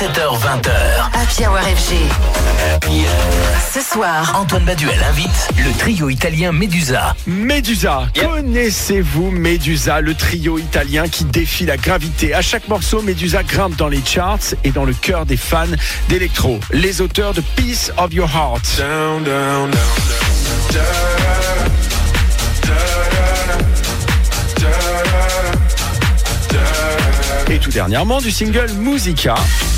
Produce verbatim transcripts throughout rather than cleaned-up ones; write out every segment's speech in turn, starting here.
dix-sept heures vingt heures. Happy Hour F G. Happy Hour. Ce soir, Antoine Baduel invite le trio italien Medusa. Medusa, yep. Connaissez-vous Medusa, le trio italien qui défie la gravité? À chaque morceau, Medusa grimpe dans les charts et dans le cœur des fans d'électro. Les auteurs de Piece of Your Heart. Down, down, down, down, down. Et tout dernièrement du single Musica.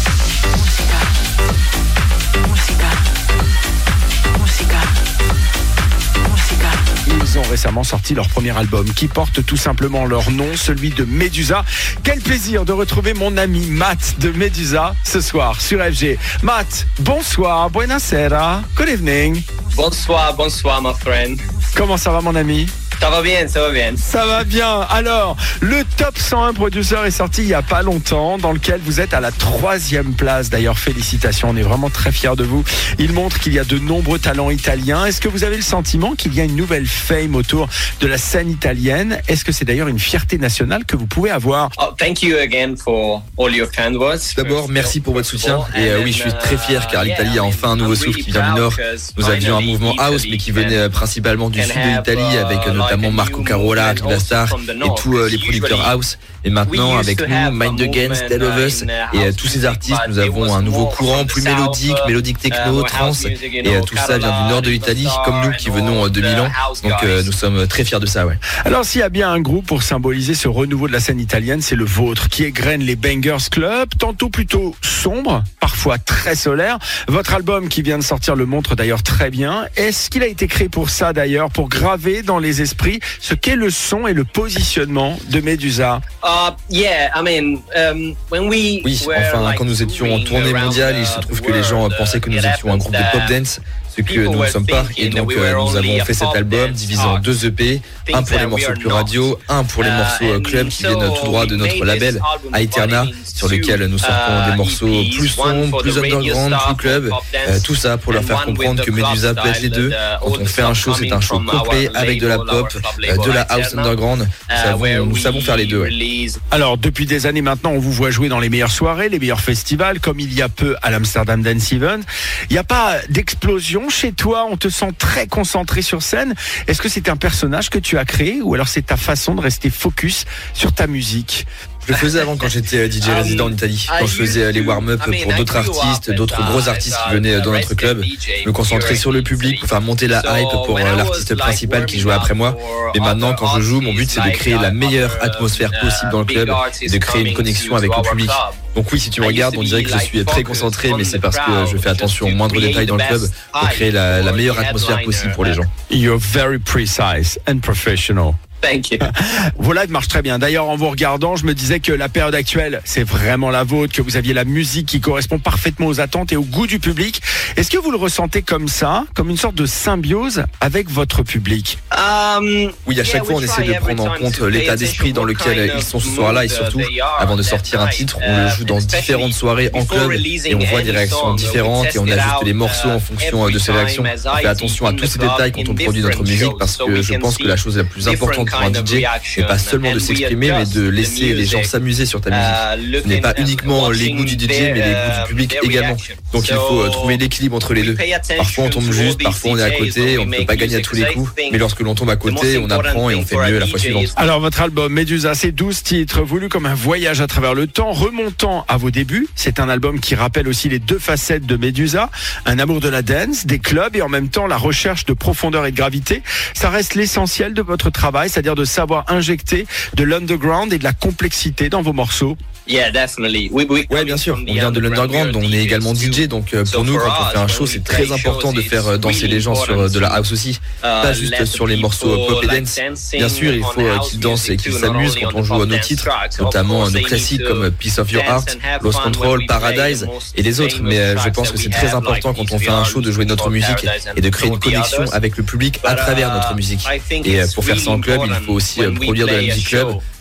Ils ont récemment sorti leur premier album qui porte tout simplement leur nom, celui de Medusa. Quel plaisir de retrouver mon ami Matt de Medusa ce soir sur F G. Matt, bonsoir, buonasera, good evening. Bonsoir, bonsoir, my friend. Comment ça va, mon ami? Ça va bien, ça va bien. Ça va bien. Alors, le Top cent un Producer est sorti il n'y a pas longtemps, dans lequel vous êtes à la troisième place. D'ailleurs, félicitations, on est vraiment très fiers de vous. Il montre qu'il y a de nombreux talents italiens. Est-ce que vous avez le sentiment qu'il y a une nouvelle fame autour de la scène italienne? Est-ce que c'est d'ailleurs une fierté nationale que vous pouvez avoir? Oh, thank you again for all your kind words. D'abord, merci pour votre soutien. Et euh, oui, je suis très fier car l'Italie a enfin un nouveau souffle qui vient du Nord. Nous avions un mouvement house, mais qui venait principalement du sud de l'Italie, avec notamment Marco Carola, Riva Starr et tous euh, les producteurs house. Et maintenant, avec nous, Mind the Games, Tell of Us et euh, tous ces artistes, nous avons un nouveau courant plus mélodique, mélodique techno, trance. Et euh, tout ça vient du nord de l'Italie, comme nous qui venons euh, de Milan. Donc euh, nous sommes très fiers de ça. Ouais. Alors s'il y a bien un groupe pour symboliser ce renouveau de la scène italienne, c'est le vôtre, qui égrène les Bangers Club, tantôt plutôt sombre, parfois très solaire. Votre album qui vient de sortir le montre d'ailleurs très bien. Est-ce qu'il a été créé pour ça d'ailleurs, pour graver dans les esprits ce qu'est le son et le positionnement de Medusa? Uh, yeah, I mean, um, when we oui, enfin, quand nous étions en tournée mondiale, il se trouve que les gens pensaient que nous étions un groupe de pop dance, ce que nous ne sommes pas. Et donc, euh, nous avons fait cet album divisé en deux E P, un pour les morceaux plus radio, un pour les morceaux club qui viennent tout droit de notre label, Aeterna, sur lequel nous sortons des morceaux plus sombres, plus underground, plus club. Euh, tout ça pour leur faire comprendre que Medusa peut être les deux. Quand on fait un show, c'est un show complet avec de la pop, euh, de la house underground. Nous savons, nous savons faire les deux. Ouais. Alors, depuis des années maintenant, on vous voit jouer dans les meilleures soirées, les meilleurs festivals, comme il y a peu à l'Amsterdam Dance Event. Il n'y a pas d'explosion chez toi, on te sent très concentré sur scène. Est-ce que c'est un personnage que tu as créé ou alors c'est ta façon de rester focus sur ta musique? Je le faisais avant quand j'étais D J résident en Italie, quand je faisais les warm-up pour d'autres artistes, d'autres gros artistes qui venaient dans notre club. Je me concentrais sur le public pour faire monter la hype pour l'artiste principal qui jouait après moi. Mais maintenant, quand je joue, mon but c'est de créer la meilleure atmosphère possible dans le club et de créer une connexion avec le public. Donc oui, si tu me regardes, on dirait que je suis très concentré, mais c'est parce que je fais attention aux moindres détails dans le club pour créer la, la meilleure atmosphère possible pour les gens. You're very precise and professional. Thank you. Vos lives marchent très bien. D'ailleurs, en vous regardant, je me disais que la période actuelle, c'est vraiment la vôtre, que vous aviez la musique qui correspond parfaitement aux attentes et au goût du public. Est-ce que vous le ressentez comme ça, comme une sorte de symbiose avec votre public? um, Oui, à chaque fois, on essaie de prendre en compte l'état d'esprit dans lequel ils sont ce soir-là et surtout, avant de sortir un titre, on le joue dans différentes soirées en club et on voit des réactions différentes et on ajuste les morceaux en fonction de ces réactions. On fait attention à tous ces détails quand on produit notre musique parce que je pense que la chose la plus importante pour un D J n'est pas seulement de s'exprimer mais de laisser les gens s'amuser sur ta musique. Ce n'est pas uniquement les goûts du D J mais les goûts du public également. Donc il faut trouver l'équilibre entre les deux. Parfois on tombe juste, parfois on est à côté, on ne peut pas gagner à tous les coups, mais lorsque l'on tombe à côté, on apprend et on fait mieux la fois suivante. Alors votre album Medusa, c'est douze titres voulus comme un voyage à travers le temps, remontant à vos débuts. C'est un album qui rappelle aussi les deux facettes de Medusa, un amour de la dance, des clubs et en même temps la recherche de profondeur et de gravité. Ça reste l'essentiel de votre travail, c'est-à-dire de savoir injecter de l'underground et de la complexité dans vos morceaux. Yeah, definitely. We, we, ouais, bien sûr. On vient de l'underground, on est également D J, donc euh, pour nous, quand on fait un show, c'est très important de faire danser les gens sur de la house aussi, pas juste sur les morceaux pop et dance. Bien sûr, il faut euh, qu'ils dansent et qu'ils s'amusent quand on joue nos titres, notamment nos classiques comme Piece of Your Heart, Lost Control, Paradise et les autres. Mais euh, je pense que c'est très important quand on fait un show de jouer notre musique et de créer une connexion avec le public à travers notre musique. Et euh, pour faire ça en club, il faut aussi euh, produire de la musique club.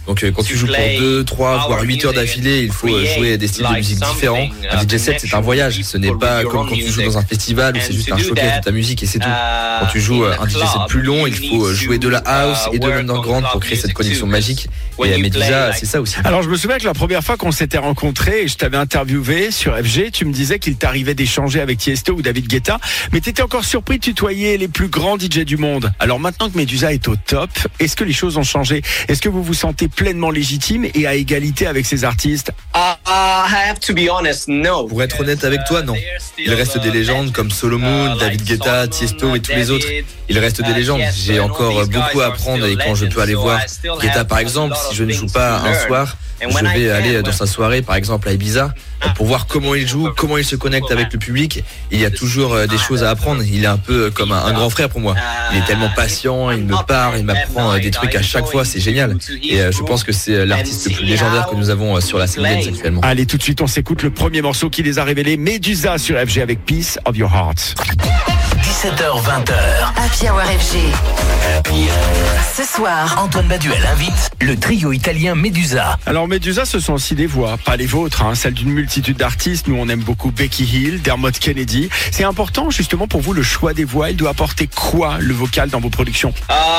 Donc quand tu joues pour deux, trois, voire huit heures d'affilée, il faut jouer des styles de musique différents. Un D J set, c'est un voyage. Ce n'est pas comme quand tu joues dans un festival où c'est juste un showcase de ta musique et c'est tout. Quand tu joues un D J set plus long, il faut jouer de la house et de l'underground pour créer cette connexion magique. Et Medusa, c'est ça aussi. Alors je me souviens que la première fois qu'on s'était rencontrés et je t'avais interviewé sur F G, tu me disais qu'il t'arrivait d'échanger avec Tiesto ou David Guetta, mais t'étais encore surpris de tutoyer les plus grands D J du monde. Alors maintenant que Medusa est au top, est-ce que les choses ont changé? Est-ce que vous vous sentez pleinement légitime et à égalité avec ces artistes? Pour être honnête avec toi, non. Il reste des légendes comme Solomon, David Guetta, Tiesto et tous les autres. Il reste des légendes. J'ai encore beaucoup à apprendre et quand je peux aller voir Guetta par exemple, si je ne joue pas un soir, je vais aller dans sa soirée par exemple à Ibiza pour voir comment il joue, comment il se connecte avec le public. Il y a toujours des choses à apprendre. Il est un peu comme un, un grand frère pour moi. Il est tellement patient, il me parle, il m'apprend des trucs à chaque fois, c'est génial. Et je pense que c'est l'artiste le plus légendaire que nous avons sur la scène dance actuellement. Allez, tout de suite on s'écoute le premier morceau qui les a révélés, Medusa sur F G avec Piece of Your Heart. dix-sept heures vingt heures. Happy Hour F G. Happy Hour. Ce soir, Antoine Baduel invite le trio italien Medusa. Alors Medusa, ce sont aussi des voix, pas les vôtres, hein, celles d'une multitude d'artistes. Nous on aime beaucoup Becky Hill, Dermot Kennedy. C'est important justement pour vous le choix des voix. Il doit apporter quoi le vocal dans vos productions?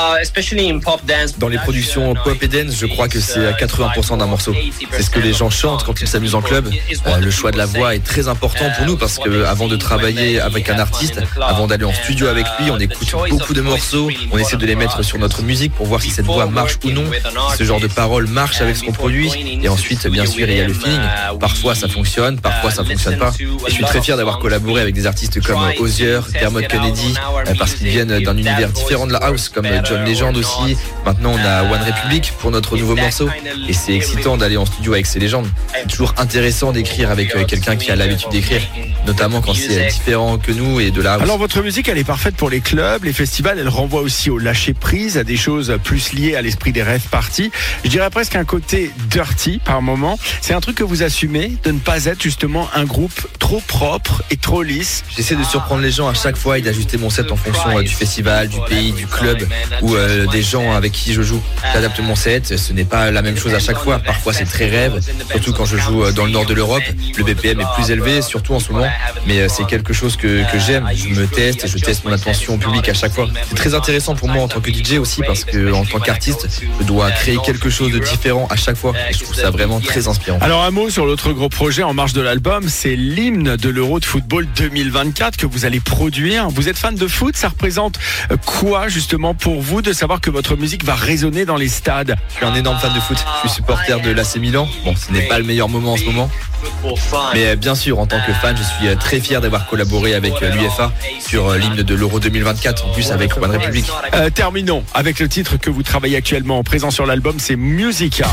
Dans les productions pop et dance, je crois que c'est quatre-vingts pour cent d'un morceau. C'est ce que les gens chantent quand ils s'amusent en club. Euh, le choix de la voix est très important pour nous parce que avant de travailler avec un artiste, avant d'aller en studio avec lui, on écoute beaucoup de morceaux, on essaie de les mettre sur notre musique pour voir si cette voix marche ou non, si ce genre de paroles marche avec ce qu'on produit. Et ensuite, bien sûr, il y a le feeling. Parfois ça fonctionne, parfois ça fonctionne pas. Et je suis très fier d'avoir collaboré avec des artistes comme Hozier, Dermot Kennedy, parce qu'ils viennent d'un univers différent de la house, comme John Legend aussi. Maintenant on a One Republic pour notre nouveau morceau. Et c'est excitant d'aller en studio avec ces légendes. C'est toujours intéressant d'écrire avec quelqu'un qui a l'habitude d'écrire, notamment quand c'est différent que nous et de la house. Alors votre musique, elle est parfaite pour les clubs, les festivals, elle renvoie aussi au lâcher prise, à des choses plus liées à l'esprit des rave parties. Je dirais presque un côté dirty par moment. C'est un truc que vous assumez, de ne pas être justement un groupe trop propre et trop lisse. J'essaie de surprendre les gens à chaque fois et d'ajuster mon set en fonction euh, du festival, du pays, du club ou euh, des gens avec qui je joue. J'adapte mon set, ce n'est pas la même chose à chaque fois. Parfois c'est très rêve, surtout quand je joue dans le nord de l'Europe. Le B P M est plus élevé, surtout en ce moment, mais euh, c'est quelque chose que, que j'aime. Je me teste et je teste mon attention au public à chaque fois. C'est très intéressant pour moi en tant que D J aussi parce que en tant qu'artiste, je dois créer quelque chose de différent à chaque fois et je trouve ça vraiment très inspirant. Alors un mot sur l'autre gros projet en marge de l'album, c'est l'hymne de l'Euro de football deux mille vingt-quatre que vous allez produire. Vous êtes fan de foot, ça représente quoi justement pour vous de savoir que votre musique va résonner dans les stades? Je suis un énorme fan de foot, je suis supporter de l'A C Milan. Bon, ce n'est pas le meilleur moment en ce moment, mais bien sûr en tant que fan, je suis très fier d'avoir collaboré avec l'U F A sur l'hymne de l'Euro deux mille vingt-quatre, en plus avec One Republic. Euh, terminons avec le titre que vous travaillez actuellement présent sur l'album, c'est Musica.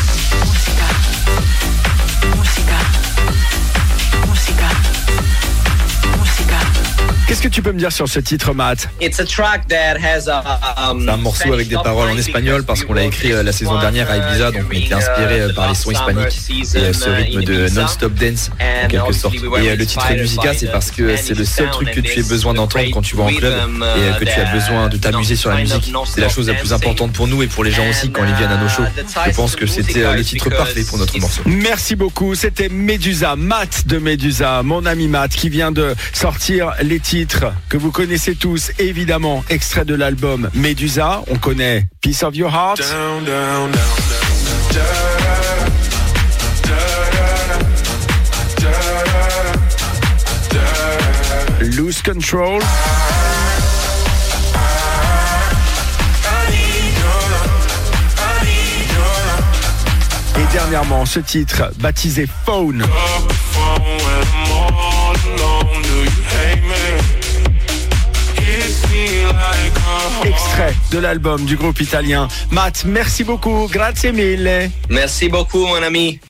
Qu'est-ce que tu peux me dire sur ce titre, Matt? C'est un morceau avec des paroles en espagnol parce qu'on l'a écrit la saison dernière à Ibiza, donc on était inspiré par les sons hispaniques et ce rythme de non-stop dance en quelque sorte. Et le titre Musica, c'est parce que c'est le seul truc que tu aies besoin d'entendre quand tu vas en club et que tu as besoin de t'amuser sur la musique. C'est la chose la plus importante pour nous et pour les gens aussi quand ils viennent à nos shows. Je pense que c'était le titre parfait pour notre morceau. Merci beaucoup, c'était Medusa, Matt de Medusa, mon ami Matt qui vient de sortir les titres que vous connaissez tous, évidemment, extrait de l'album Medusa. On connaît Piece of Your Heart. Down, down, down, down, Lose Control. Et dernièrement, ce titre baptisé Phone. Extrait de l'album du groupe italien. Matt, merci beaucoup, grazie mille. Merci beaucoup, mon ami.